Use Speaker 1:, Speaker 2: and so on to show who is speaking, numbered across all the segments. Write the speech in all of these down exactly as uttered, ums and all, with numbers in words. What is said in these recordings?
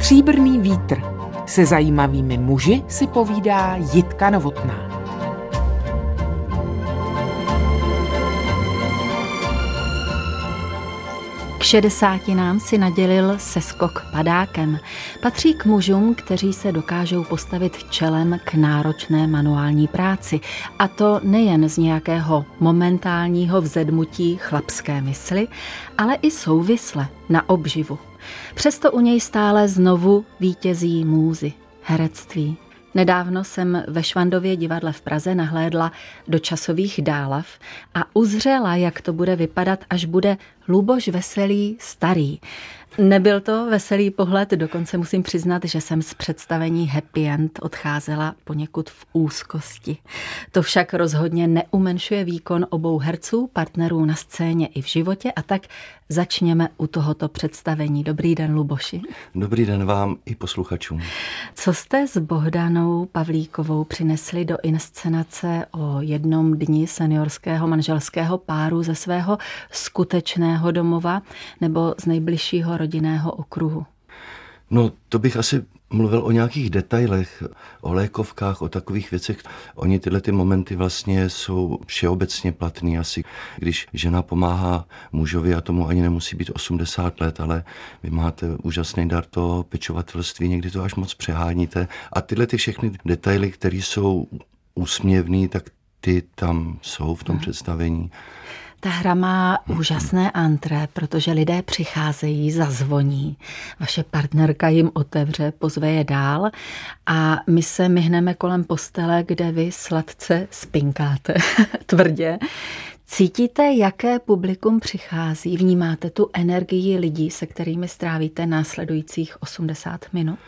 Speaker 1: Stříbrný vítr. Se zajímavými muži si povídá Jitka Novotná.
Speaker 2: K šedesátinám si nadělil seskok padákem. Patří k mužům, kteří se dokážou postavit čelem k náročné manuální práci. A to nejen z nějakého momentálního vzedmutí chlapské mysli, ale i souvisle na obživu. Přesto u něj stále znovu vítězí můzy, herectví. Nedávno jsem ve Švandově divadle v Praze nahlédla do časových dálav a uzřela, jak to bude vypadat, až bude Luboš Veselý starý. Nebyl to veselý pohled, dokonce musím přiznat, že jsem z představení Happy End odcházela poněkud v úzkosti. To však rozhodně neumenšuje výkon obou herců, partnerů na scéně i v životě, a tak začněme u tohoto představení. Dobrý den, Luboši.
Speaker 3: Dobrý den vám i posluchačům.
Speaker 2: Co jste s Bohdanou Pavlíkovou přinesli do inscenace o jednom dni seniorského manželského páru ze svého skutečného domova nebo z nejbližšího rodinného okruhu?
Speaker 3: No, to bych asi mluvil o nějakých detailech, o lékovkách, o takových věcech. Oni tyhle ty momenty vlastně jsou všeobecně platný asi. Když žena pomáhá mužovi, a tomu ani nemusí být osmdesát let, ale vy máte úžasný dar toho pečovatelství, někdy to až moc přeháníte. A tyhle ty všechny detaily, které jsou úsměvný, tak ty tam jsou v tom hmm. představení.
Speaker 2: Ta hra má úžasné antré, protože lidé přicházejí, zazvoní. Vaše partnerka jim otevře, pozve je dál a my se myhneme kolem postele, kde vy sladce spinkáte tvrdě. Cítíte, jaké publikum přichází? Vnímáte tu energii lidí, se kterými strávíte následujících osmdesát minut?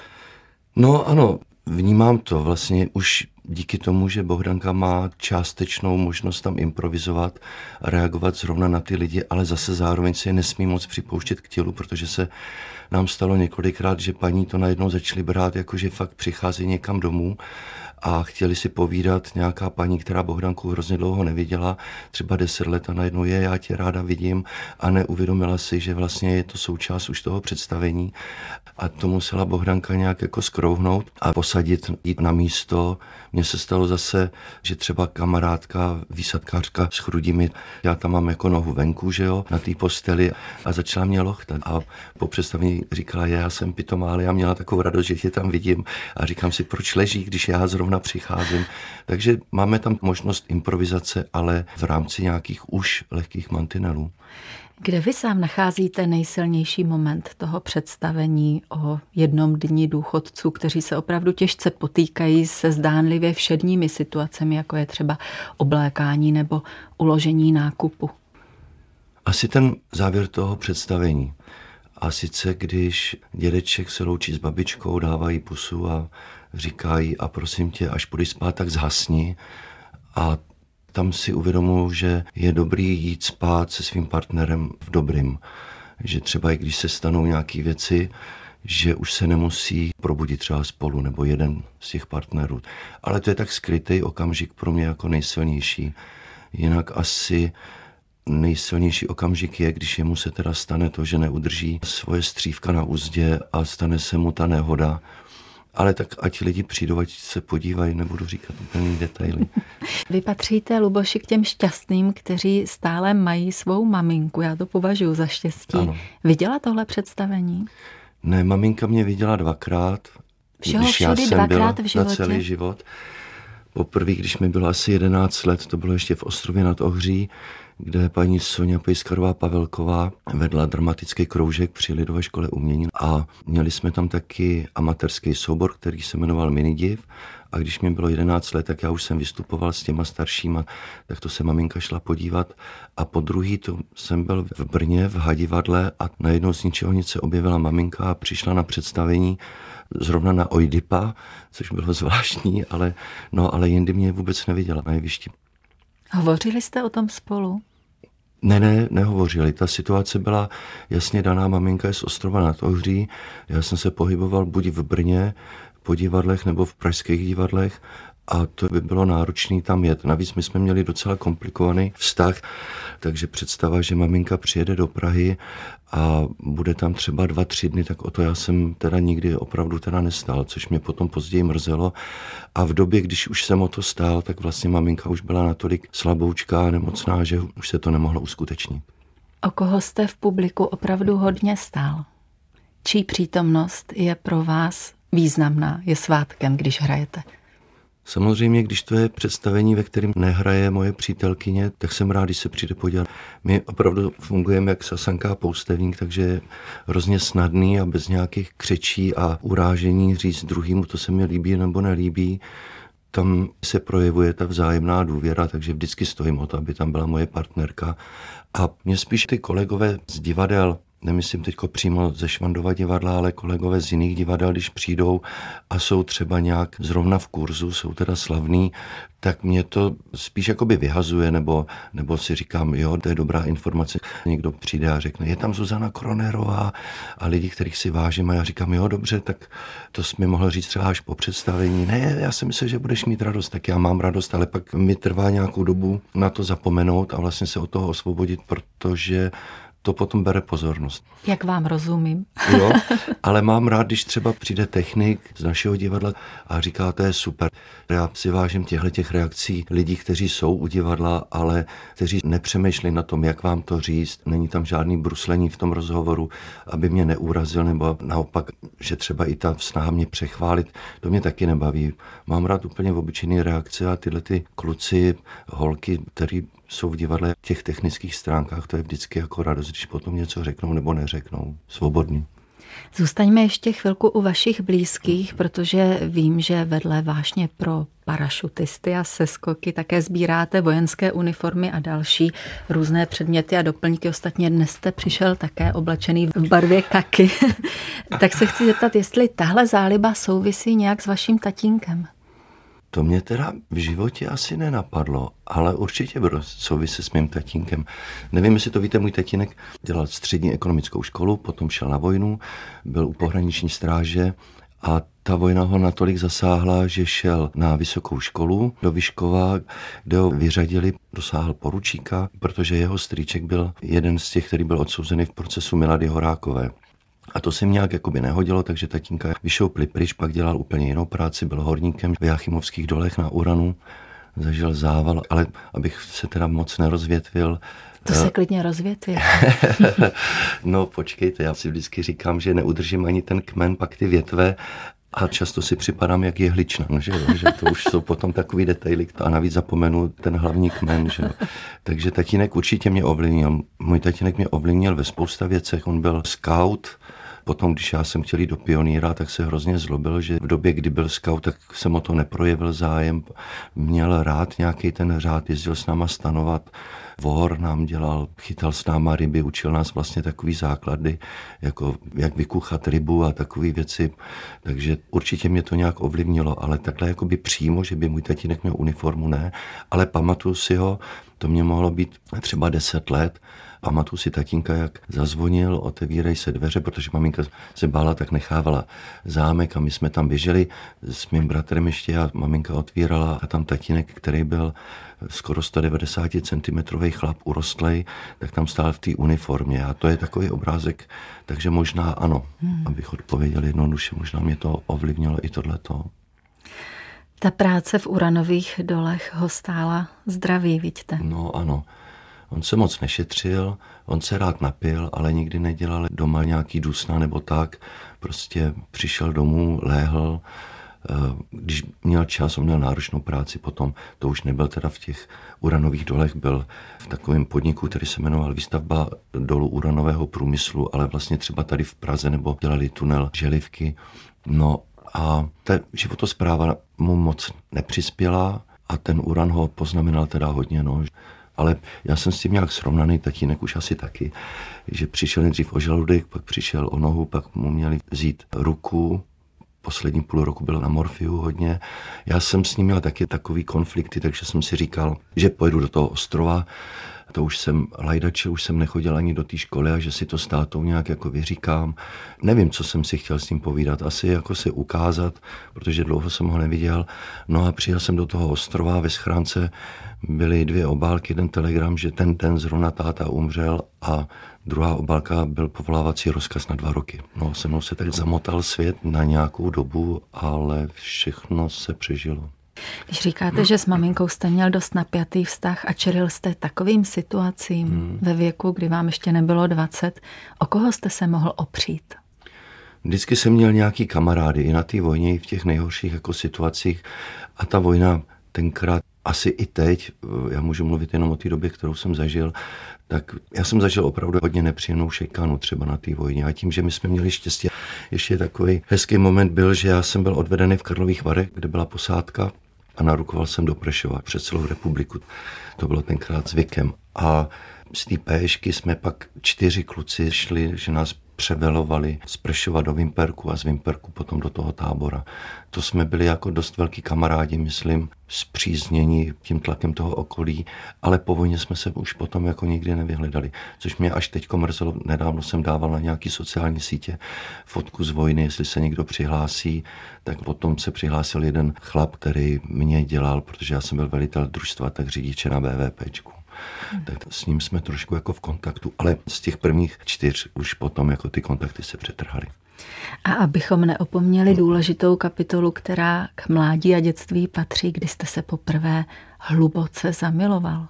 Speaker 3: No ano, vnímám to vlastně už díky tomu, že Bohdanka má částečnou možnost tam improvizovat, reagovat zrovna na ty lidi, ale zase zároveň se je nesmí moc připouštět k tělu, protože se nám stalo několikrát, že paní to najednou začaly brát, jakože fakt přichází někam domů a chtěli si povídat, nějaká paní, která Bohdanku hrozně dlouho neviděla, třeba deset let, a najednou je, já tě ráda vidím, a neuvědomila si, že vlastně je to součást už toho představení, a to musela Bohdanka nějak jako skrouhnout a posadit, jít na místo. Mně se stalo zase, že třeba kamarádka, výsadkářka s chrudimi, já tam mám jako nohu venku, že jo, na té posteli, a začala mě lochtat a po představení říkala, já jsem pitomá, ale já měla takovou radost, že tě tam vidím, a říkám si, proč leží, když já zrovna přicházím. Takže máme tam možnost improvizace, ale v rámci nějakých už lehkých mantinelů.
Speaker 2: Kde vy sám nacházíte nejsilnější moment toho představení o jednom dni důchodců, kteří se opravdu těžce potýkají se zdánlivě všedními situacemi, jako je třeba oblékání nebo uložení nákupu?
Speaker 3: Asi ten závěr toho představení. A sice, když dědeček se loučí s babičkou, dávají pusu a říkají, a prosím tě, až půjdeš spát, tak zhasni. A tam si uvědomuji, že je dobrý jít spát se svým partnerem v dobrým. Že třeba i když se stanou nějaké věci, že už se nemusí probudit třeba spolu nebo jeden z těch partnerů. Ale to je tak skrytý okamžik pro mě jako nejsilnější. Jinak asi nejsilnější okamžik je, když jemu se teda stane to, že neudrží svoje střívka na uzdě a stane se mu ta nehoda. Ale tak ať lidi přijdou, ať se podívají, nebudu říkat úplně detaily.
Speaker 2: Vy patříte, Luboši, k těm šťastným, kteří stále mají svou maminku. Já to považuji za štěstí. Ano. Viděla tohle představení?
Speaker 3: Ne, maminka mě viděla dvakrát.
Speaker 2: Všeho všudy dvakrát v životě?
Speaker 3: Na celý život. Poprvé, když mi bylo asi jedenáct let, to bylo ještě v Ostrově nad Ohří, kde paní Soňa Pejskarová Pavelková vedla dramatický kroužek při Lidové škole umění a měli jsme tam taky amatérský soubor, který se jmenoval Minidiv, a když mi bylo jedenáct let, tak já už jsem vystupoval s těma staršíma, tak to se maminka šla podívat, a po druhý to jsem byl v Brně v Hadivadle a najednou z ničeho nic se objevila maminka a přišla na představení zrovna na Oidipa, což bylo zvláštní, ale, no, ale jindy mě vůbec neviděla na jevišti.
Speaker 2: Hovořili jste o tom spolu?
Speaker 3: Ne, ne, nehovořili. Ta situace byla jasně daná, maminka je z Ostrova nad Ohří, já jsem se pohyboval buď v Brně po divadlech nebo v pražských divadlech a to by bylo náročné tam jet. Navíc my jsme měli docela komplikovaný vztah, takže představa, že maminka přijede do Prahy a bude tam třeba dva, tři dny, tak o to já jsem teda nikdy opravdu teda nestál, což mě potom později mrzelo. A v době, když už jsem o to stál, tak vlastně maminka už byla natolik slaboučká a nemocná, že už se to nemohlo uskutečnit.
Speaker 2: O koho jste v publiku opravdu hodně stál? Čí přítomnost je pro vás významná, je svátkem, když hrajete?
Speaker 3: Samozřejmě, když to je představení, ve kterém nehraje moje přítelkyně, tak jsem rád, když se přijde podívat. My opravdu fungujeme jak sasanka a poustevník, takže je hrozně snadný a bez nějakých křečí a urážení říct druhýmu, to se mi líbí nebo nelíbí. Tam se projevuje ta vzájemná důvěra, takže vždycky stojím o to, aby tam byla moje partnerka. A mě spíš ty kolegové z divadel, nemyslím teďko přímo ze Švandova divadla, ale kolegové z jiných divadel, když přijdou a jsou třeba nějak zrovna v kurzu, jsou teda slavní, tak mě to spíš jakoby vyhazuje, nebo, nebo si říkám, jo, to je dobrá informace. Někdo přijde a řekne, je tam Zuzana Kronerová a lidi, kterých si vážím, a já říkám, jo, dobře, tak to jsi mi mohl říct třeba až po představení. Ne, já si myslím, že budeš mít radost, tak já mám radost, ale pak mi trvá nějakou dobu na to zapomenout a vlastně se od toho osvobodit, protože to potom bere pozornost.
Speaker 2: Jak vám rozumím.
Speaker 3: Jo, ale mám rád, když třeba přijde technik z našeho divadla a říká, to je super. Já si vážím těchto těch reakcí lidí, kteří jsou u divadla, ale kteří nepřemýšlí na tom, jak vám to říct. Není tam žádný bruslení v tom rozhovoru, aby mě neurazil, nebo naopak, že třeba i ta snaha mě přechválit, to mě taky nebaví. Mám rád úplně obyčejné reakce a tyhle ty kluci, holky, který jsou v divadle v těch technických stránkách, to je vždycky jako radost, když potom něco řeknou nebo neřeknou. Svobodný.
Speaker 2: Zůstaňme ještě chvilku u vašich blízkých, protože vím, že vedle vášně pro parašutisty a seskoky také sbíráte vojenské uniformy a další různé předměty a doplňky. Ostatně dnes jste přišel také oblečený v barvě kaky. Tak se chci zeptat, jestli tahle záliba souvisí nějak s vaším tatínkem.
Speaker 3: To mě teda v životě asi nenapadlo, ale určitě bylo souvisí s mým tatínkem. Nevím, jestli to víte, můj tatínek dělal střední ekonomickou školu, potom šel na vojnu, byl u pohraniční stráže a ta vojna ho natolik zasáhla, že šel na vysokou školu do Vyškova, kde ho vyřadili, dosáhl poručíka, protože jeho strýček byl jeden z těch, který byl odsouzený v procesu Milady Horákové. A to se mi nějak jakoby nehodilo, takže tatínka vyšoupli pryč, pak dělal úplně jinou práci, byl horníkem v Jáchymovských dolech na uranu, zažil zával, ale abych se teda moc nerozvětvil.
Speaker 2: To se klidně rozvětví.
Speaker 3: No počkejte, já si vždycky říkám, že neudržím ani ten kmen, pak ty větve a často si připadám jak jehlična, no, že, jo? Že to už jsou potom takový detaily a navíc zapomenu ten hlavní kmen. Že jo? Takže tatínek určitě mě ovlivnil. Můj tatínek mě ovlivnil ve spousta věcech, on byl scout. Potom, když já jsem chtěl jít do pionýra, tak se hrozně zlobil, že v době, kdy byl scout, tak jsem o to neprojevil zájem. Měl rád nějaký ten řád, jezdil s náma stanovat, vor nám dělal, chytal s náma ryby, učil nás vlastně takový základy, jako jak vykuchat rybu a takové věci. Takže určitě mě to nějak ovlivnilo, ale takhle jakoby přímo, že by můj tatínek měl uniformu, ne. Ale pamatuju si ho, to mě mohlo být třeba deset let. Pamatuju si tatínka, jak zazvonil, otevírej se dveře, protože maminka se bála, tak nechávala zámek a my jsme tam běželi s mým bratrem ještě a maminka otvírala a tam tatínek, který byl skoro sto devadesát centimetrů chlap urostlej, tak tam stál v té uniformě a to je takový obrázek, takže možná ano, hmm. abych odpověděl jednoduše, možná mě to ovlivnilo i tohleto.
Speaker 2: Ta práce v uranových dolech ho stála zdraví, vidíte?
Speaker 3: No ano. On se moc nešetřil, on se rád napil, ale nikdy nedělal doma nějaký dusna nebo tak. Prostě přišel domů, léhl. Když měl čas, on měl náročnou práci potom, to už nebyl teda v těch uranových dolech, byl v takovém podniku, který se jmenoval Výstavba dolu uranového průmyslu, ale vlastně třeba tady v Praze nebo dělali tunel Želivky. No a ta životospráva mu moc nepřispěla a ten uran ho poznamenal teda hodně, no. Ale já jsem s tím nějak srovnaný, tatínek už asi taky, že přišel nejdřív o žaludek, pak přišel o nohu, pak mu měli vzít ruku, poslední půl roku byl na morfiu hodně. Já jsem s ním měl taky takový konflikty, takže jsem si říkal, že pojedu do toho ostrova. To už jsem lajdačil, už jsem nechodil ani do té školy a že si to s tátou nějak jako vyříkám. Nevím, co jsem si chtěl s ním povídat. Asi jako si ukázat, protože dlouho jsem ho neviděl. No a přijel jsem do toho ostrova, ve schránce byly dvě obálky, jeden telegram, že ten den zrovna táta umřel a druhá obálka byl povolávací rozkaz na dva roky. No, se mnou se tak zamotal svět na nějakou dobu, ale všechno se přežilo.
Speaker 2: Když říkáte, že s maminkou jste měl dost napjatý vztah a čelil jste takovým situacím hmm. ve věku, kdy vám ještě nebylo dvacet, o koho jste se mohl opřít?
Speaker 3: Vždycky jsem měl nějaký kamarády i na té vojně, i v těch nejhorších jako situacích a ta vojna tenkrát, asi i teď, já můžu mluvit jenom o té době, kterou jsem zažil, tak já jsem zažil opravdu hodně nepříjemnou šikanu třeba na té vojně a tím, že my jsme měli štěstí. Ještě takový hezký moment byl, že já jsem byl odvedený v Karlových Varech, kde byla posádka a narukoval jsem do Prešova přes celou republiku. To bylo tenkrát zvykem. A z té péšky jsme pak čtyři kluci šli, že nás převelovali z Prešova do Vimperku a z Vimperku potom do toho tábora. To jsme byli jako dost velký kamarádi, myslím, spříznění tím tlakem toho okolí, ale po vojně jsme se už potom jako nikdy nevyhledali, což mě až teďko mrzelo. Nedávno jsem dával na nějaký sociální sítě fotku z vojny, jestli se někdo přihlásí, tak potom se přihlásil jeden chlap, který mě dělal, protože já jsem byl velitel družstva, tak řidiče na BVPčku. Hmm. Tak s ním jsme trošku jako v kontaktu, ale z těch prvních čtyř už potom jako ty kontakty se přetrhaly.
Speaker 2: A abychom neopomněli důležitou kapitolu, která k mládí a dětství patří, kdy jste se poprvé hluboce zamiloval?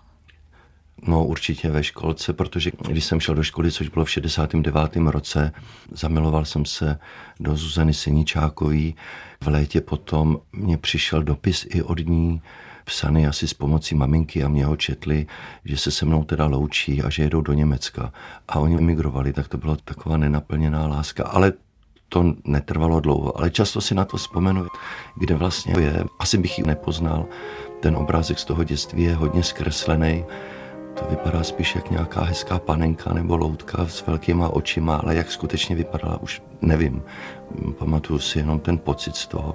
Speaker 3: No určitě ve školce, protože když jsem šel do školy, což bylo v šedesátém devátém roce, zamiloval jsem se do Zuzany Seničákový. V létě potom mě přišel dopis i od ní, psaný asi s pomocí maminky a mě ho četli, že se se mnou teda loučí a že jedou do Německa. A oni emigrovali, tak to byla taková nenaplněná láska, ale to netrvalo dlouho. Ale často si na to vzpomenu, kde vlastně je. Asi bych ji nepoznal. Ten obrázek z toho dětství je hodně zkreslený. To vypadá spíš jak nějaká hezká panenka nebo loutka s velkýma očima, ale jak skutečně vypadala, už nevím. Pamatuju si jenom ten pocit z toho.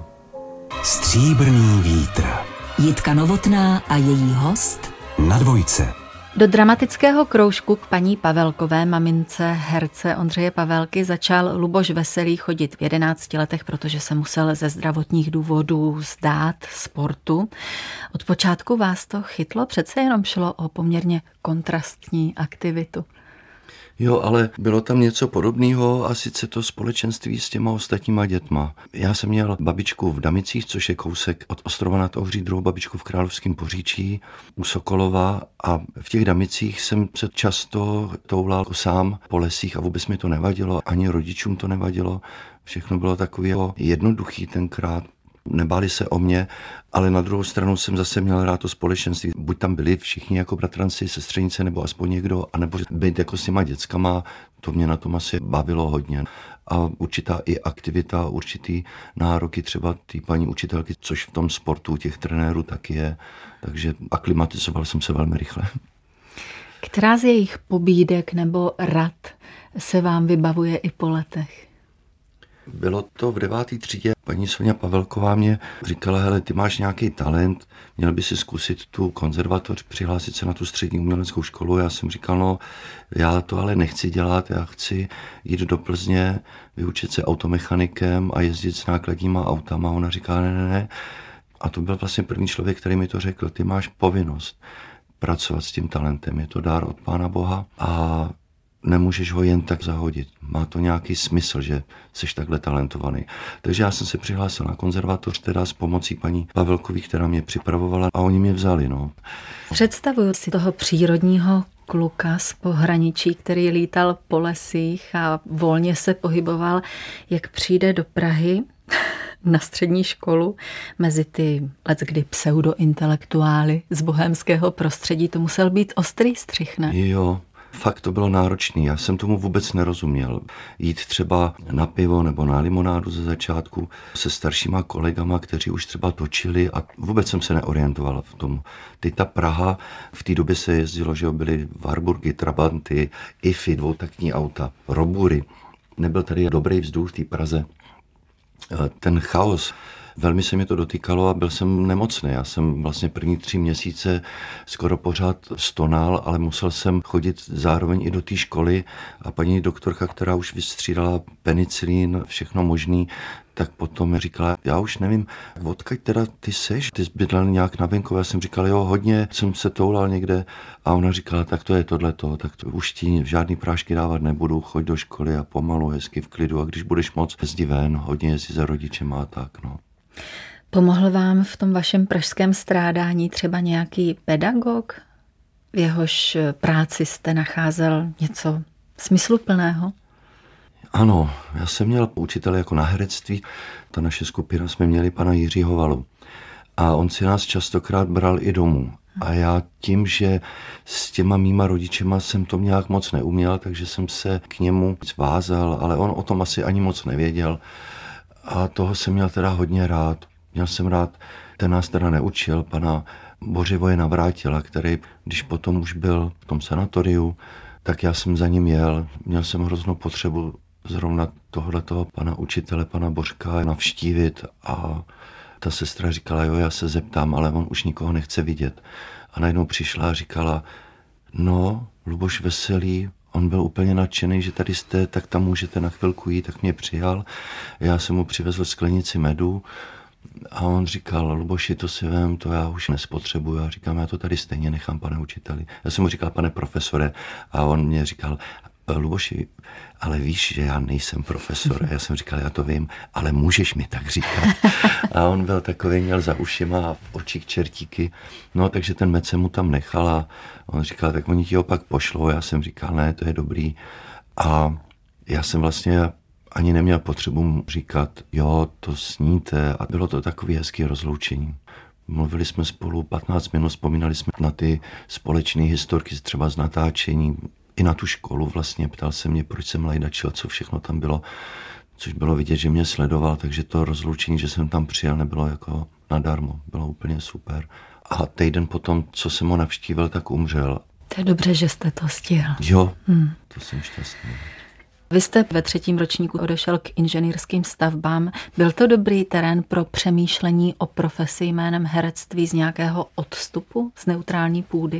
Speaker 4: Stříbrný vítr.
Speaker 5: Jitka Novotná a její host
Speaker 4: na Dvojce.
Speaker 2: Do dramatického kroužku k paní Pavelkové, mamince herce Ondřeje Pavelky, začal Luboš Veselý chodit v jedenácti letech, protože se musel ze zdravotních důvodů vzdát sportu. Od počátku vás to chytlo? Přece jenom šlo o poměrně kontrastní aktivitu.
Speaker 3: Jo, ale bylo tam něco podobného a sice to společenství s těma ostatníma dětma. Já jsem měl babičku v Damicích, což je kousek od ostrova nad Ohří, druhou babičku v Královském Poříčí u Sokolova a v těch Damicích jsem se často toulal sám po lesích a vůbec mi to nevadilo, ani rodičům to nevadilo. Všechno bylo takový jednoduchý tenkrát. Nebáli se o mě, ale na druhou stranu jsem zase měl rád to společenství. Buď tam byli všichni jako bratranci, sestřenice nebo aspoň někdo, anebo být jako s těma dětskama, to mě na tom asi bavilo hodně. A určitá i aktivita, určitý nároky třeba té paní učitelky, což v tom sportu těch trenérů taky je, takže aklimatizoval jsem se velmi rychle.
Speaker 2: Která z jejich pobídek nebo rad se vám vybavuje i po letech?
Speaker 3: Bylo to v devátý třídě. Paní Soňa Pavelková mě říkala, hele, ty máš nějaký talent, měl by si zkusit tu konzervatoř, přihlásit se na tu střední uměleckou školu. Já jsem říkal, no, já to ale nechci dělat, já chci jít do Plzně, vyučit se automechanikem a jezdit s nákladníma autama. Ona říká, ne, ne, ne. A to byl vlastně první člověk, který mi to řekl, ty máš povinnost pracovat s tím talentem, je to dár od Pána Boha a nemůžeš ho jen tak zahodit. Má to nějaký smysl, že jsi takhle talentovaný. Takže já jsem se přihlásil na konzervatoř, teda s pomocí paní Pavelkový, která mě připravovala a oni mě vzali. No.
Speaker 2: Představuju si toho přírodního kluka z pohraničí, který lítal po lesích a volně se pohyboval, jak přijde do Prahy na střední školu mezi ty leckdy pseudointelektuály z bohémského prostředí. To musel být ostrý střih, ne?
Speaker 3: Jo. Fakt to bylo náročný, já jsem tomu vůbec nerozuměl. Jít třeba na pivo nebo na limonádu ze začátku se staršíma kolegama, kteří už třeba točili a vůbec jsem se neorientoval v tom. Teď ta Praha, v té době se jezdilo, že byly Warburgy, Trabanty, I F I, dvoutaktní auta, Robury. Nebyl tady dobrý vzduch v té Praze. ten chaos, velmi se mě to dotýkalo a byl jsem nemocný. Já jsem vlastně první tři měsíce skoro pořád stonal, ale musel jsem chodit zároveň i do té školy a paní doktorka, která už vystřídala penicilín, všechno možný, tak potom mi říkala, já už nevím, odkud teda ty seš? Ty jsi bydlel nějak na venkově. Já jsem říkal, jo, hodně jsem se toulal někde a ona říkala, tak to je tohleto, tak to už ti žádný prášky dávat nebudu, choď do školy a pomalu, hezky v klidu a když budeš moc, jezdi ven, hodně jezdí za rodičema a tak, no.
Speaker 2: Pomohl vám v tom vašem pražském strádání třeba nějaký pedagog? V jehož práci jste nacházel něco smysluplného?
Speaker 3: Ano, já jsem měl učitele jako na herectví. Ta naše skupina jsme měli pana Jiřího Valu. A on si nás častokrát bral i domů. A já tím, že s těma mýma rodičema jsem to nějak moc neuměl, takže jsem se k němu zvázal, ale on o tom asi ani moc nevěděl. A toho jsem měl teda hodně rád. Měl jsem rád, ten nás teda neučil, pana Bořivoje Navrátila, který, když potom už byl v tom sanatoriu, tak já jsem za ním jel. Měl jsem hroznou potřebu zrovna tohletoho pana učitele, pana Bořka, navštívit a ta sestra říkala, jo, já se zeptám, ale on už nikoho nechce vidět. A najednou přišla a říkala, no, Luboš Veselý, on byl úplně nadšený, že tady jste, tak tam můžete na chvilku jít, tak mě přijal. Já jsem mu přivezl sklenici medu a on říkal, Luboši, to si vem, to já už nespotřebuju. A říkám, já to tady stejně nechám, pane učiteli. Já jsem mu říkal, pane profesore, a on mě říkal, Luboši, ale víš, že já nejsem profesor. Já jsem říkal, já to vím, ale můžeš mi tak říkat. A on byl takový, měl za ušima a v očích čertíky. No, takže ten med se mu tam nechal a on říkal, tak oni ti ho pak pošlou. Já jsem říkal, ne, to je dobrý. A já jsem vlastně ani neměl potřebu mu říkat, jo, to sníte. A bylo to takový hezký rozloučení. Mluvili jsme spolu patnáct minut, vzpomínali jsme na ty společné historky, třeba z natáčení, i na tu školu vlastně. Ptal se mě, proč jsem lajdačil, co všechno tam bylo, což bylo vidět, že mě sledoval, takže to rozloučení, že jsem tam přijel, nebylo jako nadarmo. Bylo úplně super. A týden potom, co jsem ho navštívil, tak umřel.
Speaker 2: To je dobře, že jste to stihl.
Speaker 3: Jo, hmm. To jsem šťastný.
Speaker 2: Vy jste ve třetím ročníku odešel k inženýrským stavbám. Byl to dobrý terén pro přemýšlení o profesi jménem herectví z nějakého odstupu, z neutrální půdy?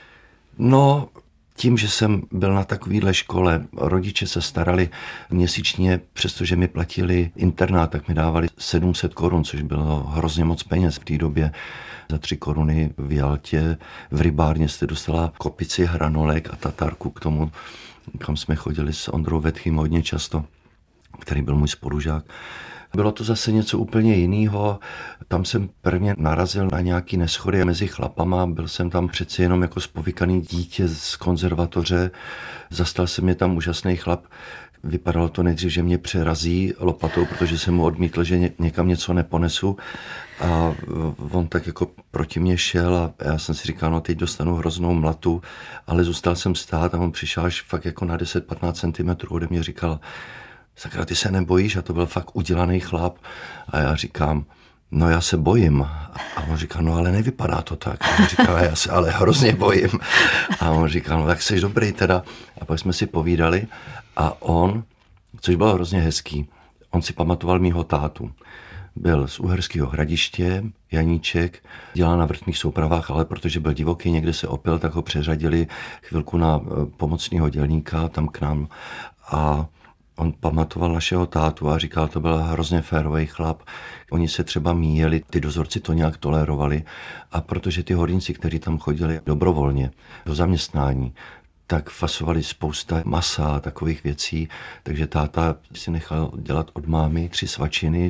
Speaker 3: No, tím, že jsem byl na takovýhle škole, rodiče se starali měsíčně, přestože mi platili internát, tak mi dávali sedm set korun, což bylo hrozně moc peněz v té době. Za tři koruny v Jaltě, v rybárně jste dostala kopici hranolek a tatarku k tomu, kam jsme chodili s Ondrou Vetchým hodně často, který byl můj spolužák. Bylo to zase něco úplně jiného. Tam jsem prvně narazil na nějaký neschody mezi chlapama. Byl jsem tam přeci jenom jako spovykaný dítě z konzervatoře. Zastal se mě tam úžasný chlap. Vypadalo to nejdřív, že mě přerazí lopatou, protože jsem mu odmítl, že někam něco neponesu. A on tak jako proti mě šel a já jsem si říkal, no teď dostanu hroznou mlatu, ale zůstal jsem stát a on přišel až fakt jako na deset patnáct centimetrů ode mě, říkal, sakra, ty se nebojíš? A to byl fakt udělaný chlap. A já říkám, no já se bojím. A on říkal, no ale nevypadá to tak. A on říkal, já se ale hrozně bojím. A on říkal, no tak jsi dobrý teda. A pak jsme si povídali a on, což bylo hrozně hezký, on si pamatoval mýho tátu. Byl z Uherského Hradiště, Janíček, dělal na vrtných soupravách, ale protože byl divoký, někde se opil, tak ho přeřadili chvilku na pomocného dělníka tam k nám. A on pamatoval našeho tátu a říkal, to byl hrozně férový chlap. Oni se třeba míjeli, ty dozorci to nějak tolerovali a protože ty horníci, kteří tam chodili dobrovolně do zaměstnání, tak fasovali spousta masa a takových věcí, takže táta si nechal dělat od mámy tři svačiny.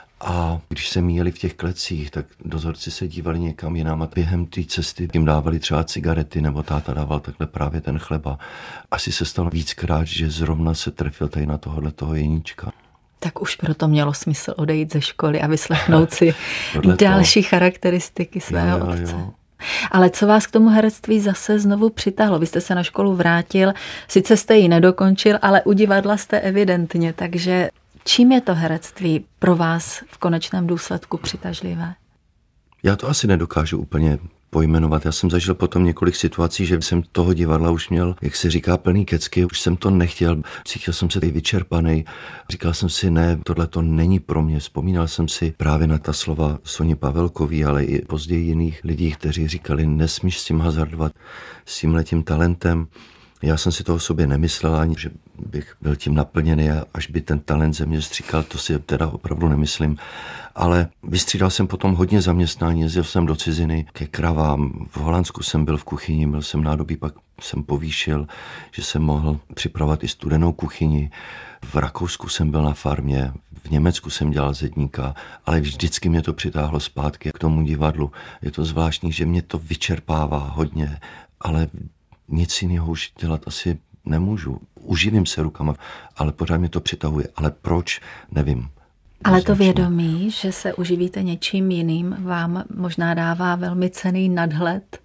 Speaker 3: A když se míjeli v těch klecích, tak dozorci se dívali někam jinam a během té cesty jim dávali třeba cigarety, nebo táta dával takhle právě ten chleba. Asi se stalo víckrát, že zrovna se trefil tady na tohohle toho Jeníčka.
Speaker 2: Tak už proto mělo smysl odejít ze školy a vyslechnout si další charakteristiky svého
Speaker 3: jo, jo,
Speaker 2: otce.
Speaker 3: Jo.
Speaker 2: Ale co vás k tomu herectví zase znovu přitáhlo? Vy jste se na školu vrátil, sice jste ji nedokončil, ale u divadla jste evidentně, takže čím je to herectví pro vás v konečném důsledku přitažlivé?
Speaker 3: Já to asi nedokážu úplně pojmenovat. Já jsem zažil potom několik situací, že jsem toho divadla už měl, jak se říká, plný kecky, už jsem to nechtěl, cítil jsem se i vyčerpaný. Říkal jsem si, ne, tohle to není pro mě. Vzpomínal jsem si právě na ta slova Soni Pavelkový, ale i později jiných lidí, kteří říkali, nesmíš s tím hazardovat, s tímhletím talentem. Já jsem si to o sobě nemyslel ani, že bych byl tím naplněný a až by ten talent ze mě stříkal, to si teda opravdu nemyslím. Ale vystřídal jsem potom hodně zaměstnání, jezdil jsem do ciziny ke kravám. V Holandsku jsem byl v kuchyni, byl jsem nádobí, pak jsem povýšil, že jsem mohl připravovat i studenou kuchyni. V Rakousku jsem byl na farmě, v Německu jsem dělal zedníka, ale vždycky mě to přitáhlo zpátky k tomu divadlu. Je to zvláštní, že mě to vyčerpává hodně, ale nic jiného už dělat asi nemůžu. Uživím se rukama, ale pořád mě to přitahuje. Ale proč? Nevím.
Speaker 2: Ale to vědomí, že se uživíte něčím jiným, vám možná dává velmi cenný nadhled,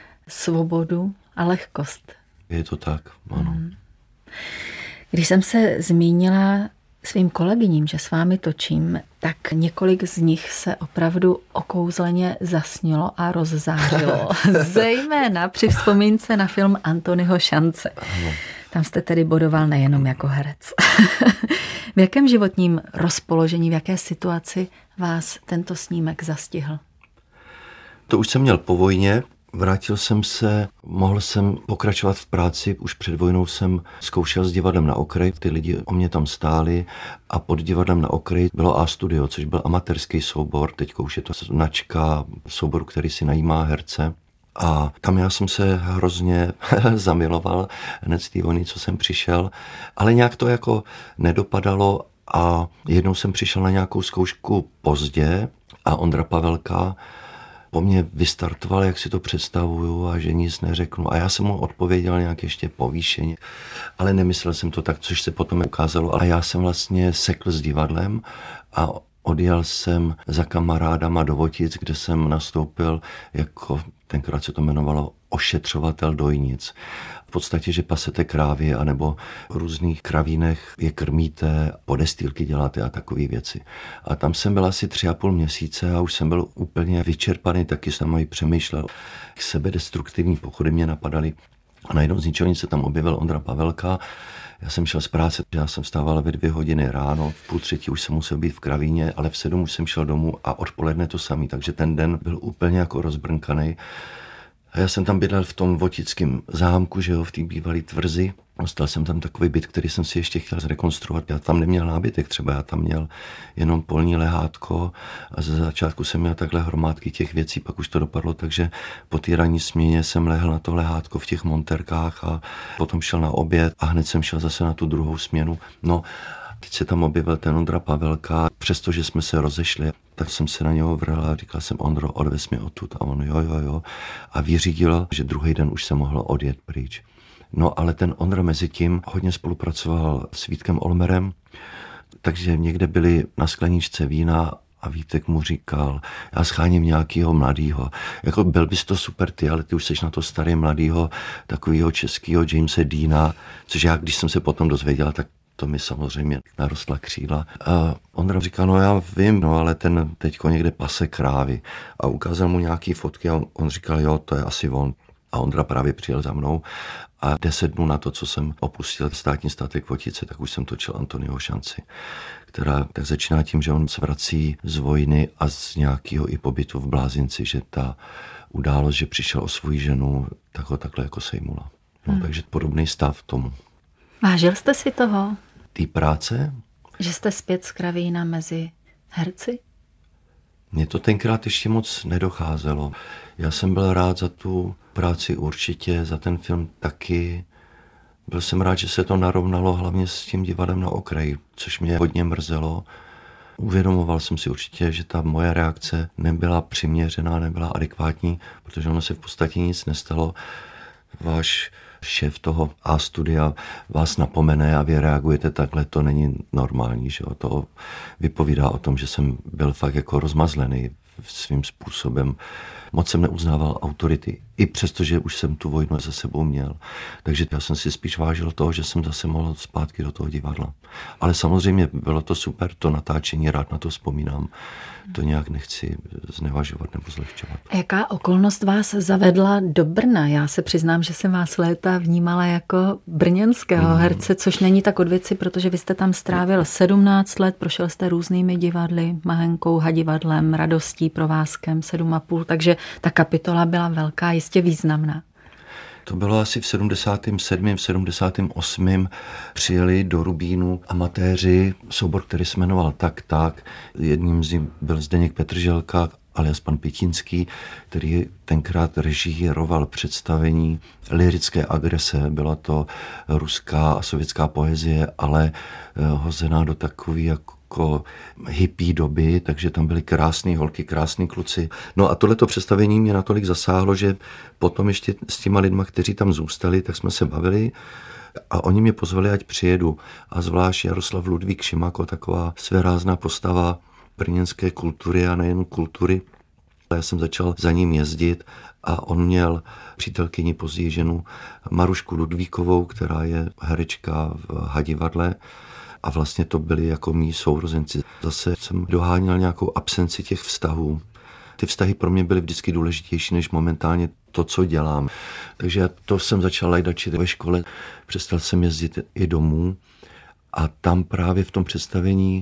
Speaker 2: svobodu a lehkost.
Speaker 3: Je to tak, ano. Hmm.
Speaker 2: Když jsem se zmínila svým kolegyním, že s vámi točím, tak několik z nich se opravdu okouzleně zasnilo a rozzářilo. Zejména při vzpomínce na film Antonyho Šance. Ano. Tam jste tedy bodoval nejenom jako herec. V jakém životním rozpoložení, v jaké situaci vás tento snímek zastihl?
Speaker 3: To už jsem měl po vojně. Vrátil jsem se, mohl jsem pokračovat v práci, už před vojnou jsem zkoušel s divadlem na okraji, ty lidi o mě tam stáli a pod divadlem na okraji bylo A Studio, což byl amatérský soubor, teď už je to značka, soubor, který si najímá herce. A tam já jsem se hrozně zamiloval hned z té vojny, co jsem přišel, ale nějak to jako nedopadalo a jednou jsem přišel na nějakou zkoušku pozdě a Ondra Pavelka po mně vystartoval, jak si to představuju a že nic neřeknu. A já jsem mu odpověděl nějak ještě povýšeně, ale nemyslel jsem to tak, což se potom ukázalo. Ale já jsem vlastně sekl s divadlem a odjel jsem za kamarádama do Votic, kde jsem nastoupil jako, tenkrát se to jmenovalo, ošetřovatel dojnic. V podstatě, že pasete krávy anebo v různých kravínech je krmíte, podestýlky děláte a takové věci. A tam jsem byl asi tři a půl měsíce a už jsem byl úplně vyčerpaný, taky jsem i přemýšlel. Sebedestruktivní pochody mě napadaly a najednou z ničeho nic se tam objevil Ondra Pavelka. Já jsem šel z práce, já jsem vstával ve dvě hodiny ráno, v půl třetí už jsem musel být v kravíně, ale v sedm už jsem šel domů a odpoledne to samý, takže ten den byl úplně jako rozbrnkaný. A já jsem tam bydlel v tom votickém zámku, že jo, v té bývalé tvrzi. Dostal jsem tam takový byt, který jsem si ještě chtěl zrekonstruovat. Já tam neměl nábytek třeba, já tam měl jenom polní lehátko a ze začátku jsem měl takhle hromádky těch věcí, pak už to dopadlo, takže po té ranní směně jsem lehl na to lehátko v těch monterkách a potom šel na oběd a hned jsem šel zase na tu druhou směnu. No, teď se tam objevil ten Ondra Pavelka, přestože jsme se rozešli, tak jsem se na něho vrhl a říkal jsem, Ondro, odvez mě odtud. A on jo, jo, jo. A vyřídil, že druhý den už se mohl odjet pryč. No ale ten Ondra mezi tím hodně spolupracoval s Vítkem Olmerem, takže někde byli na skleničce vína a Vítek mu říkal, já scháním nějakýho mladýho. Jako byl bys to super ty, ale ty už seš na to starý mladýho, takovýho českýho Jamese Deana, což já, když jsem se potom dozvěděl, tak to mi samozřejmě narostla křídla. A Ondra říkal, no já vím, no ale ten teďko někde pase krávy. A ukázal mu nějaký fotky a on, on říkal, jo, to je asi on. A Ondra právě přijel za mnou a deset dnů na to, co jsem opustil státní statek Votice, tak už jsem točil Antonyho Šanci, která tak začíná tím, že on se vrací z vojny a z nějakého i pobytu v Blázinci, že ta událost, že přišel o svou ženu, tak ho takhle jako sejmula. No, hmm. Takže podobný stav tomu.
Speaker 2: Vážil jste si toho?
Speaker 3: Té práce?
Speaker 2: Že jste zpět z Kravína mezi herci?
Speaker 3: Mně to tenkrát ještě moc nedocházelo. Já jsem byl rád za tu práci určitě, za ten film taky. Byl jsem rád, že se to narovnalo hlavně s tím divadlem na okraji, což mě hodně mrzelo. Uvědomoval jsem si určitě, že ta moje reakce nebyla přiměřená, nebyla adekvátní, protože ono se v podstatě nic nestalo. Váš šéf toho A studia vás napomene a vy reagujete takhle, to není normální, že jo? To vypovídá o tom, že jsem byl fakt jako rozmazlený svým způsobem. moc jsem neuznával autority, i přesto, že už jsem tu vojnu za sebou měl. Takže já jsem si spíš vážil toho, že jsem zase mohl zpátky do toho divadla. Ale samozřejmě bylo to super, to natáčení, rád na to vzpomínám. To nějak nechci znevažovat nebo zlehčovat.
Speaker 2: Jaká okolnost vás zavedla do Brna? Já se přiznám, že jsem vás léta vnímala jako brněnského herce, což není tak od věci, protože vy jste tam strávil sedmnáct let, prošel jste různými divadly, Mahenkou, Hadivadlem, Radostí, Provázkem, sedm a půl, takže ta kapitola byla velká, jistě významná.
Speaker 3: To bylo asi v sedmdesátém sedmém, v sedmdesátém osmém přijeli do Rubínu amatéři, soubor, který se jmenoval Tak Tak. Jedním z nich byl Zdeněk Petrželka, alias pan Pitinský, který tenkrát režíroval představení lyrické agrese. Byla to ruská a sovětská poezie, ale hozená do takový jako hippie doby, takže tam byly krásné holky, krásní kluci. No a tohleto představení mě natolik zasáhlo, že potom ještě s těma lidma, kteří tam zůstali, tak jsme se bavili a oni mě pozvali, ať přijedu. A zvlášť Jaroslav Ludvík Šimako, taková svérázná postava brněnské kultury a nejen kultury. Já jsem začal za ním jezdit a on měl přítelkyni, později ženu Marušku Ludvíkovou, která je herečka v Hadivadle. A vlastně to byli jako mý sourozenci. Zase jsem doháněl nějakou absenci těch vztahů. Ty vztahy pro mě byly vždycky důležitější než momentálně to, co dělám. Takže to jsem začal lajdačit ve škole. Přestal jsem jezdit i domů a tam právě v tom představení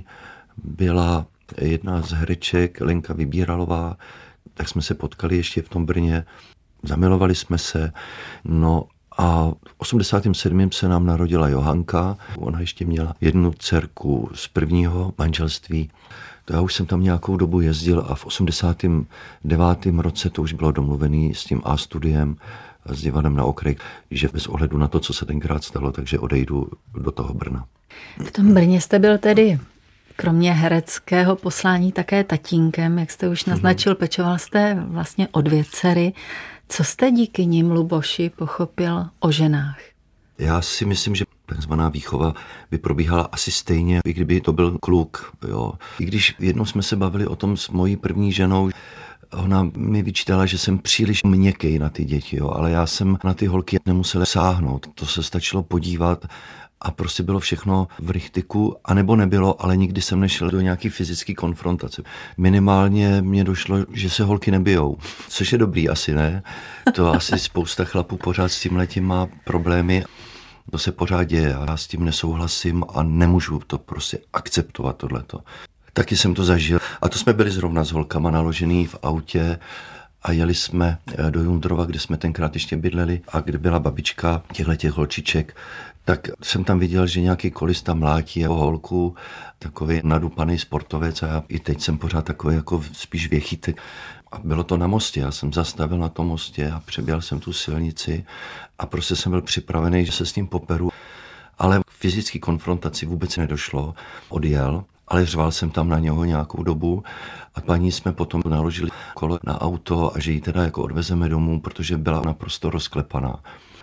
Speaker 3: byla jedna z hereček, Lenka Vybíralová, tak jsme se potkali ještě v tom Brně, zamilovali jsme se, no a v osmdesátém sedmém se nám narodila Johanka, ona ještě měla jednu dcerku z prvního manželství. To já už jsem tam nějakou dobu jezdil a v osmdesátém devátém roce to už bylo domluvený s tím A-studiem, s divadlem Na okraj, že bez ohledu na to, co se tenkrát stalo, takže odejdu do toho Brna.
Speaker 2: V tom Brně jste byl tedy kromě hereckého poslání také tatínkem, jak jste už naznačil, pečoval jste vlastně o dvě dcery. Co jste díky nim, Luboši, pochopil o ženách?
Speaker 3: Já si myslím, že takzvaná výchova by probíhala asi stejně, i kdyby to byl kluk. Jo. I když jednou jsme se bavili o tom s mojí první ženou, ona mi vyčítala, že jsem příliš měkkej na ty děti, jo, ale já jsem na ty holky nemusel sáhnout. To se stačilo podívat a prostě bylo všechno v rychtiku, anebo nebylo, ale nikdy jsem nešel do nějaký fyzické konfrontace. Minimálně mně došlo, že se holky nebijou, což je dobrý, asi ne. To asi spousta chlapů pořád s tímhletím má problémy. To se pořád děje a já s tím nesouhlasím a nemůžu to prostě akceptovat tohleto. Taky jsem to zažil. A to jsme byli zrovna s holkama naložený v autě a jeli jsme do Jundrova, kde jsme tenkrát ještě bydleli a kde byla babička těchto holčiček. Tak jsem tam viděl, že nějaký kolista mlátí jeho holku, takový nadupaný sportovec a já i teď jsem pořád takový jako spíš věchýtek. A bylo to na mostě, já jsem zastavil na tom mostě a přeběhl jsem tu silnici a prostě jsem byl připravený, že se s ním poperu. Ale k fyzické konfrontaci vůbec nedošlo, odjel, ale řval jsem tam na něho nějakou dobu a paní jsme potom naložili kolo na auto a že ji teda jako odvezeme domů, protože byla naprosto rozklepaná.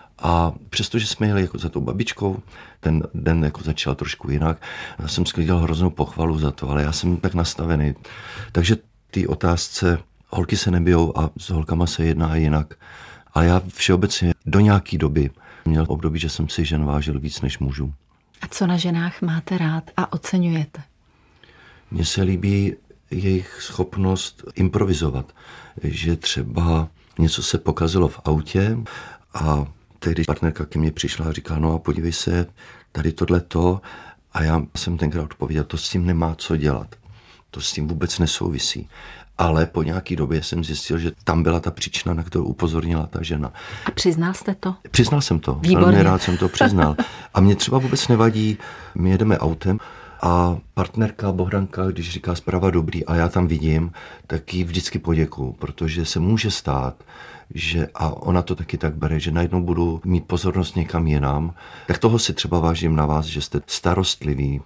Speaker 3: A přestože jsme jeli jako za tou babičkou, ten den jako začal trošku jinak, já jsem sklidil hroznou pochvalu za to, ale já jsem tak nastavený. Takže ty otázce, holky se nebijou a s holkama se jedná jinak. A já všeobecně do nějaký doby měl období, že jsem si žen vážil víc než mužů.
Speaker 2: A co na ženách máte rád a oceňujete?
Speaker 3: Mně se líbí jejich schopnost improvizovat, že třeba něco se pokazilo v autě a tehdy partnerka ke mně přišla a říkala, no a podívej se, tady tohleto. A já jsem tenkrát odpověděl, to s tím nemá co dělat. To s tím vůbec nesouvisí. Ale po nějaký době jsem zjistil, že tam byla ta příčina, na kterou upozornila ta žena.
Speaker 2: A přiznal jste to?
Speaker 3: Přiznal jsem to.
Speaker 2: Výborně.
Speaker 3: Velmi rád jsem to přiznal. A mě třeba vůbec nevadí, my jedeme autem a partnerka Bohdanka, když říká zprava dobrý a já tam vidím, tak jí vždycky poděkuju, protože se může stát, že, a ona to taky tak bere, že najednou budu mít pozornost někam jinam. Tak toho si třeba vážím na vás, že jste starostliví.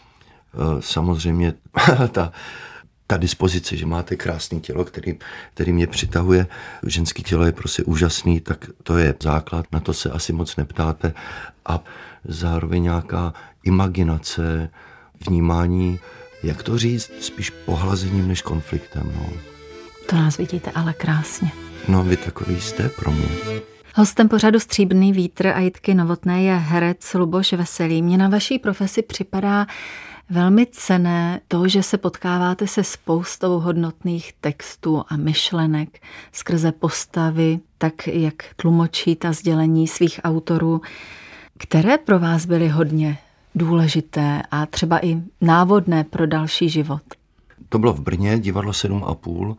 Speaker 3: Samozřejmě ta, ta dispozice, že máte krásné tělo, který, který mě přitahuje. Ženské tělo je prostě úžasný, tak to je základ. Na to se asi moc neptáte. A zároveň nějaká imaginace, vnímání, jak to říct, spíš pohlazením než konfliktem. No.
Speaker 2: To nás vidíte ale krásně.
Speaker 3: No, vy takový jste pro mě.
Speaker 2: Hostem pořadu Stříbrný vítr a Jitky Novotné je herec Luboš Veselý. Mně na vaší profesi připadá velmi cenné to, že se potkáváte se spoustou hodnotných textů a myšlenek skrze postavy, tak jak tlumočí ta sdělení svých autorů, které pro vás byly hodně důležité a třeba i návodné pro další život.
Speaker 3: To bylo v Brně, divadlo sedm a půl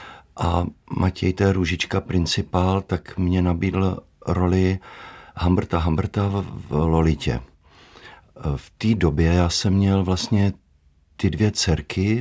Speaker 3: a Matěj té Růžička, principál, tak mě nabídl roli Hamberta Hamberta v, v Lolitě. V té době já jsem měl vlastně ty dvě dcerky,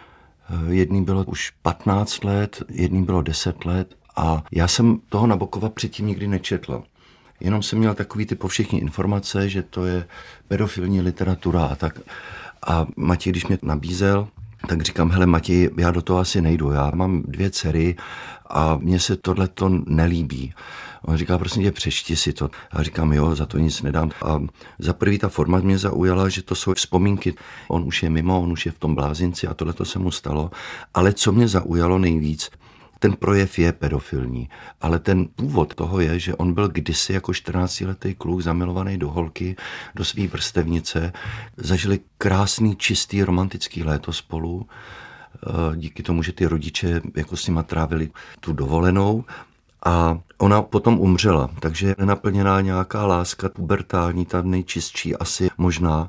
Speaker 3: jedný bylo už patnáct let, jedný bylo deset let a já jsem toho Nabokova předtím nikdy nečetl. Jenom jsem měl takový ty povšechní informace, že to je pedofilní literatura a tak. A Matěj, když mě nabízel, tak říkám, hele Matěj, já do toho asi nejdu, já mám dvě dcery a mně se tohleto nelíbí. On říká, prosím tě, přečti si to. A říkám, jo, za to nic nedám. A za prvý ta forma mě zaujala, že to jsou vzpomínky. On už je mimo, on už je v tom blázinci a tohleto se mu stalo. Ale co mě zaujalo nejvíc, ten projev je pedofilní, ale ten původ toho je, že on byl kdysi jako čtrnáctiletý kluk zamilovaný do holky, do svý vrstevnice, zažili krásný, čistý, romantický léto spolu, díky tomu, že ty rodiče jako s nima trávili tu dovolenou a ona potom umřela, takže nenaplněná nějaká láska pubertální, ta nejčistší asi možná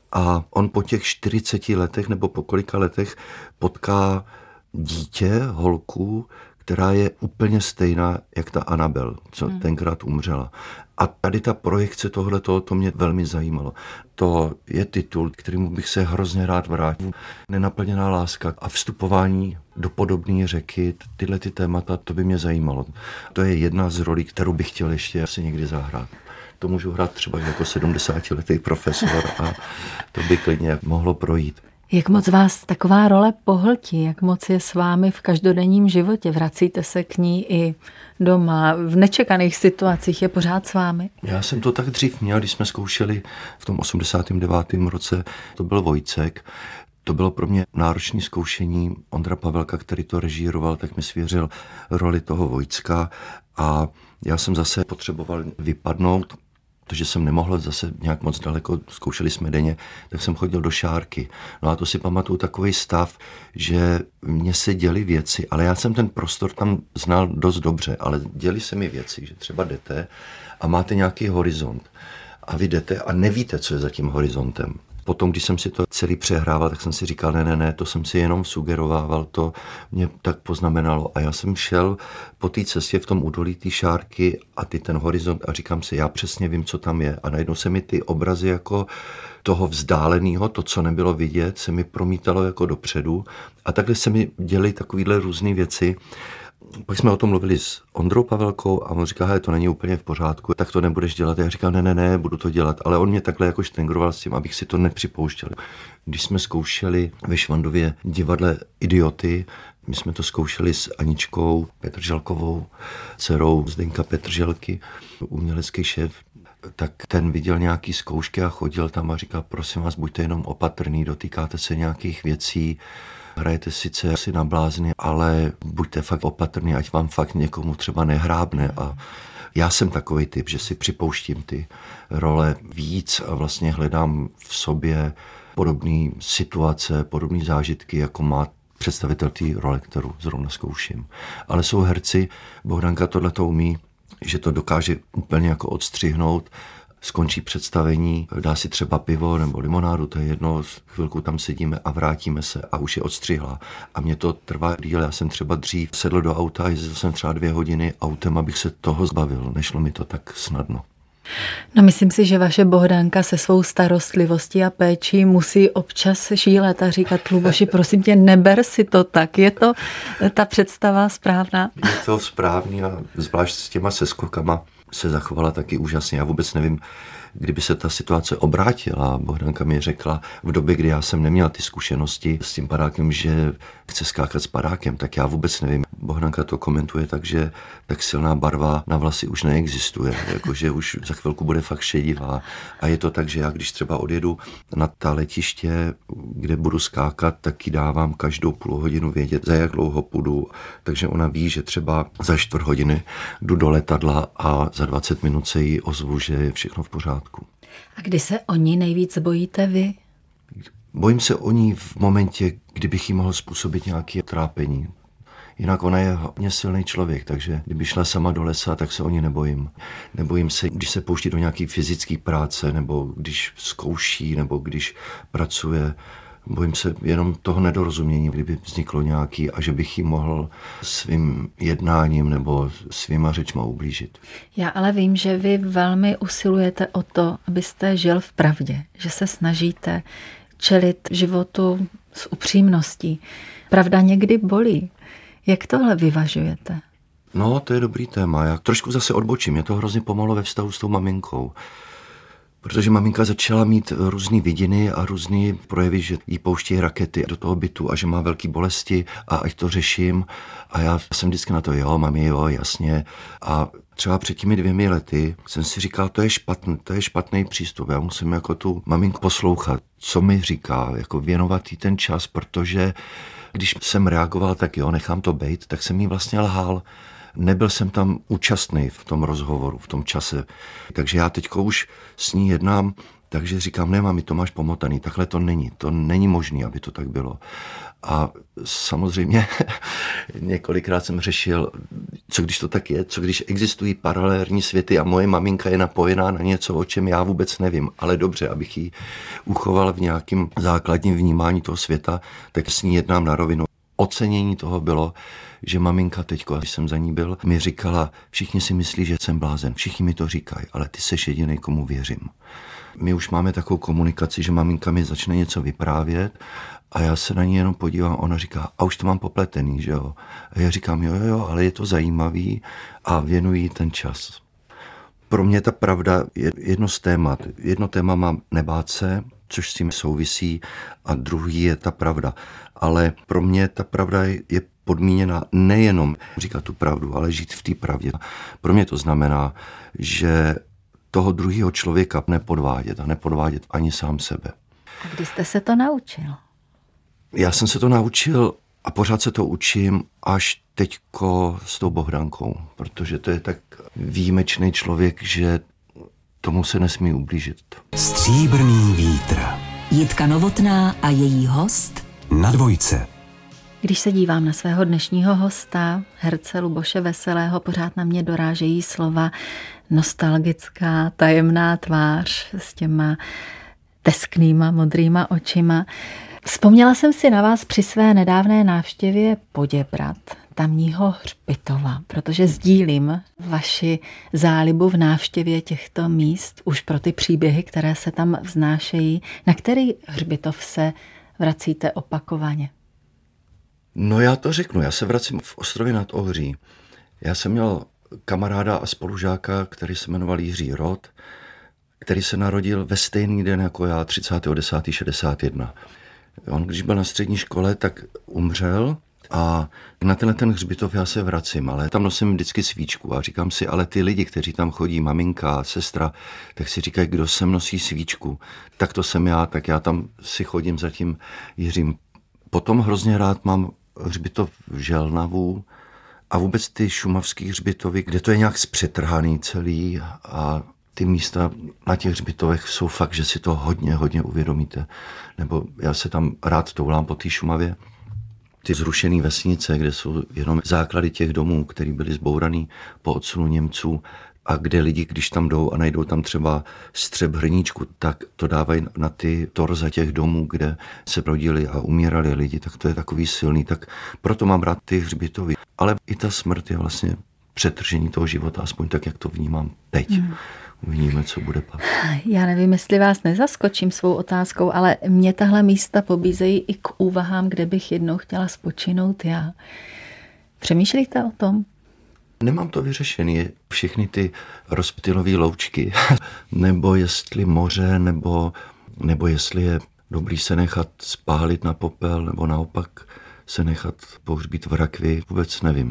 Speaker 3: a on po těch čtyřiceti letech nebo po kolika letech potká dítě, holku, která je úplně stejná, jak ta Anabel, co hmm. tenkrát umřela. A tady ta projekce tohletoho, to mě velmi zajímalo. To je titul, kterému bych se hrozně rád vrátil. Nenaplněná láska a vstupování do podobné řeky, tyhle ty témata, to by mě zajímalo. To je jedna z rolí, kterou bych chtěl ještě asi někdy zahrát. To můžu hrát třeba jako sedmdesátiletý profesor a to by klidně mohlo projít.
Speaker 2: Jak moc vás taková role pohltí, jak moc je s vámi v každodenním životě? Vracíte se k ní i doma, v nečekaných situacích je pořád s vámi?
Speaker 3: Já jsem to tak dřív měl, když jsme zkoušeli v tom osmdesátém devátém roce, to byl Vojcek. To bylo pro mě náročné zkoušení. Ondra Pavelka, který to režíroval, tak mi svěřil roli toho Vojcka a já jsem zase potřeboval vypadnout, protože jsem nemohl zase nějak moc daleko, zkoušeli jsme denně, tak jsem chodil do Šárky. No a to si pamatuju takový stav, že mně se děly věci, ale já jsem ten prostor tam znal dost dobře, ale děly se mi věci, že třeba jdete a máte nějaký horizont a vy jdete a nevíte, co je za tím horizontem. Potom, když jsem si to celý přehrával, tak jsem si říkal, ne, ne, ne, to jsem si jenom sugerovával, to mě tak poznamenalo. A já jsem šel po té cestě v tom údolí té Šárky a ty ten horizont a říkám si, já přesně vím, co tam je. A najednou se mi ty obrazy jako toho vzdáleného, to, co nebylo vidět, se mi promítalo jako dopředu. A takhle se mi děly takovýhle různé věci. Pak jsme o tom mluvili s Ondrou Pavelkou a on říká, hej, to není úplně v pořádku, tak to nebudeš dělat. Já říkal, ne, ne, ne, budu to dělat, ale on mě takhle jako štengroval s tím, abych si to nepřipouštěl. Když jsme zkoušeli ve Švandově divadle Idioty, my jsme to zkoušeli s Aničkou Petržalkovou, dcerou Zdenka Petrželky, umělecký šéf, tak ten viděl nějaký zkoušky a chodil tam a říkal, prosím vás, buďte jenom opatrný, dotýkáte se nějakých věcí, hrajete sice asi na blázny, ale buďte fakt opatrný, ať vám fakt někomu třeba nehrábne. A já jsem takový typ, že si připouštím ty role víc a vlastně hledám v sobě podobné situace, podobné zážitky, jako má představitel té role, kterou zrovna zkouším. Ale jsou herci, Bohdanka tohleto umí, že to dokáže úplně jako odstřihnout, skončí představení, dá si třeba pivo nebo limonádu, to je jedno, chvilku tam sedíme a vrátíme se a už je odstřihla. A mě to trvá díl, já jsem třeba dřív sedl do auta a jezdil jsem třeba dvě hodiny autem, abych se toho zbavil. Nešlo mi to tak snadno.
Speaker 2: No myslím si, že vaše Bohdanka se svou starostlivostí a péčí musí občas šílet a říkat, Luboši, prosím tě, neber si to tak. Je to ta představa správná?
Speaker 3: Je to správný a zvlášť s těma seskokama se zachovala taky úžasně. Já vůbec nevím, kdyby se ta situace obrátila. Bohdanka mi řekla v době, kdy já jsem neměl ty zkušenosti s tím padákem, že chce skákat s padákem, tak já vůbec nevím. Bohdanka to komentuje tak, že tak silná barva na vlasy už neexistuje, jakože už za chvilku bude fakt šedivá. A je to tak, že já když třeba odjedu na ta letiště, kde budu skákat, tak ji dávám každou půl hodinu vědět, za jak dlouho půjdu. Takže ona ví, že třeba za čtvrt hodiny jdu do letadla a za dvacet minut se jí ozvu, že je všechno v pořádku.
Speaker 2: A kdy se o ní nejvíc bojíte vy?
Speaker 3: Bojím se o ní v momentě, kdybych jí mohl způsobit nějaké trápení. Jinak ona je hodně silný člověk, takže kdyby šla sama do lesa, tak se o ní nebojím. Nebojím se, když se pouští do nějaké fyzické práce, nebo když zkouší, nebo když pracuje. Bojím se jenom toho nedorozumění, kdyby vzniklo nějaký, a že bych jí mohl svým jednáním nebo svýma řečma ublížit.
Speaker 2: Já ale vím, že vy velmi usilujete o to, abyste žil v pravdě, že se snažíte čelit životu s upřímností. Pravda někdy bolí. Jak tohle vyvažujete?
Speaker 3: No, to je dobrý téma. Já trošku zase odbočím. Mě to hrozně pomohlo ve vztahu s tou maminkou. Protože maminka začala mít různý vidiny a různý projevy, že jí pouštějí rakety do toho bytu a že má velké bolesti a ať to řeším. A já jsem vždycky na to, jo, mami, jo, jasně. A třeba před těmi dvěmi lety jsem si říkal, to je špatný, to je špatný přístup. Já musím jako tu maminku poslouchat, co mi říká, jako věnovat jí ten čas, protože když jsem reagoval, tak jo, nechám to bejt, tak jsem jí vlastně lhal. Nebyl jsem tam účastný v tom rozhovoru, v tom čase. Takže já teďko už s ní jednám, takže říkám, ne, mami, to máš pomotaný, takhle to není. To není možné, aby to tak bylo. A samozřejmě několikrát jsem řešil, co když to tak je, co když existují paralelní světy a moje maminka je napojená na něco, o čem já vůbec nevím. Ale dobře, abych ji uchoval v nějakém základním vnímání toho světa, tak s ní jednám na rovinu. Ocenění toho bylo, že maminka teďko, když jsem za ní byl, mi říkala, všichni si myslí, že jsem blázen, všichni mi to říkají, ale ty seš jedinej, komu věřím. My už máme takovou komunikaci, že maminka mi začne něco vyprávět a já se na ní jenom podívám, ona říká, a už to mám popletený, že jo. A já říkám, jo, jo, ale je to zajímavý a věnuji ten čas. Pro mě ta pravda je jedno z témat. Jedno téma mám nebát se, což s tím souvisí, a druhý je ta pravda. Ale pro mě ta pravda je podmíněna nejenom říkat tu pravdu, ale žít v té pravdě. Pro mě to znamená, že toho druhého člověka nepodvádět a nepodvádět ani sám sebe.
Speaker 2: A kdy jste se to naučil?
Speaker 3: Já jsem se to naučil a pořád se to učím až teďko s tou Bohdankou, protože to je tak výjimečný člověk, že tomu se nesmí ublížit.
Speaker 4: Stříbrný vítr.
Speaker 5: Jitka Novotná a její host
Speaker 4: Na dvojce.
Speaker 2: Když se dívám na svého dnešního hosta, herce Luboše Veselého, pořád na mě dorážejí slova nostalgická, tajemná tvář s těma tesknýma, modrýma očima. Vzpomněla jsem si na vás při své nedávné návštěvě Poděbrad, tamního hřbitova, protože sdílím vaši zálibu v návštěvě těchto míst už pro ty příběhy, které se tam vznášejí. Na který hřbitov se vracíte opakovaně?
Speaker 3: No já to řeknu, já se vracím v Ostrově nad Ohří. Já jsem měl kamaráda a spolužáka, který se jmenoval Jiří Rod, který se narodil ve stejný den jako já, třicátého desátého šedesát jedna. On, když byl na střední škole, tak umřel a na tenhle ten hřbitov já se vracím, ale tam nosím vždycky svíčku a říkám si, ale ty lidi, kteří tam chodí, maminka, sestra, tak si říkají, kdo sem nosí svíčku, tak to jsem já, tak já tam si chodím za tím Jiřím. Potom hrozně rád mám hřbitov v Želnavu a vůbec ty šumavský hřbitovy, kde to je nějak zpřetrhaný celý a ty místa na těch hřbitovech jsou fakt, že si to hodně, hodně uvědomíte. Nebo já se tam rád toulám po té Šumavě. Ty zrušené vesnice, kde jsou jenom základy těch domů, které byly zbouraný po odsunu Němců a kde lidi, když tam jdou a najdou tam třeba střep hrníčku, tak to dávají na ty torza těch domů, kde se rodili a umírali lidi, tak to je takový silný. Tak proto mám rád ty hřbitovy. Ale i ta smrt je vlastně přetržení toho života, aspoň tak, jak to vnímám teď. Hmm. Uvidíme, co bude pak.
Speaker 2: Já nevím, jestli vás nezaskočím svou otázkou, ale mě tahle místa pobízejí i k úvahám, kde bych jednou chtěla spočinout já. Přemýšlíte o tom?
Speaker 3: Nemám to vyřešený. Všechny ty rozptylové loučky, nebo jestli moře, nebo, nebo jestli je dobrý se nechat spálit na popel, nebo naopak se nechat pohřbít v rakvi, vůbec nevím.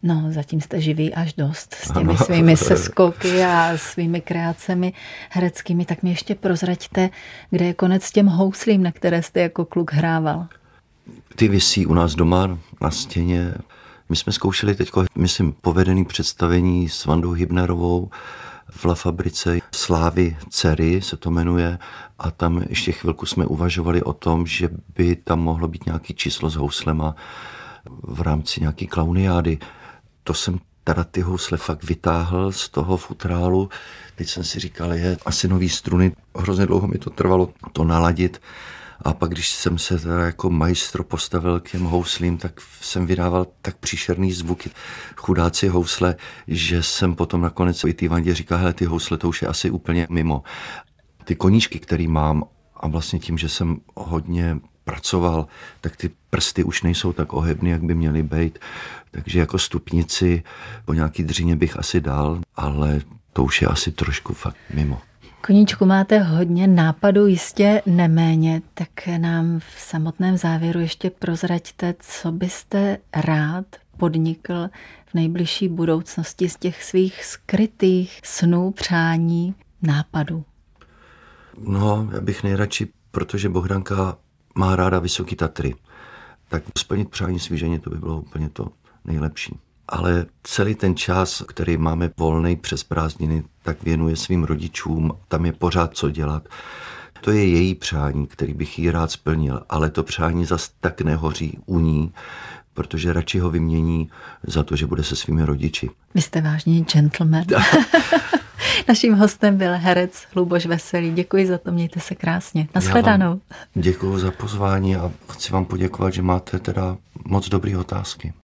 Speaker 2: No, zatím jste živý až dost s těmi ano. svými seskoky a svými kreacemi hereckými. Tak mi ještě prozraďte, kde je konec s těm houslím, na které jste jako kluk hrával.
Speaker 3: Ty visí u nás doma na stěně. My jsme zkoušeli teď, myslím, povedený představení s Vandou Hybnerovou v La Fabrice Slávy dcery se to jmenuje a tam ještě chvilku jsme uvažovali o tom, že by tam mohlo být nějaký číslo s houslema v rámci nějaký klauniády. To jsem teda ty housle fakt vytáhl z toho futrálu. Teď jsem si říkal, je asi nový struny. Hrozně dlouho mi to trvalo to naladit. A pak, když jsem se teda jako majstro postavil k těm houslím, tak jsem vydával tak příšerný zvuky, chudáci housle, že jsem potom nakonec i té Vandě říkal, hele, ty housle to už je asi úplně mimo. Ty koníčky, který mám a vlastně tím, že jsem hodně pracoval, tak ty prsty už nejsou tak ohebný, jak by měly být. Takže jako stupnici po nějaký dřině bych asi dal, ale to už je asi trošku fakt mimo.
Speaker 2: Koníčku, máte hodně nápadů, jistě neméně, tak nám v samotném závěru ještě prozraďte, co byste rád podnikl v nejbližší budoucnosti z těch svých skrytých snů, přání, nápadů.
Speaker 3: No, já bych nejradši, protože Bohdanka má ráda Vysoký Tatry, tak splnit přání svý ženě, to by bylo úplně to nejlepší. Ale celý ten čas, který máme volný přes prázdniny, tak věnuje svým rodičům, tam je pořád co dělat. To je její přání, který bych jí rád splnil, ale to přání zas tak nehoří u ní, protože radši ho vymění za to, že bude se svými rodiči.
Speaker 2: Vy jste vážný gentleman. Naším hostem byl herec Luboš Veselý. Děkuji za to, mějte se krásně. Nashledanou.
Speaker 3: Děkuji za pozvání a chci vám poděkovat, že máte teda moc dobrý otázky.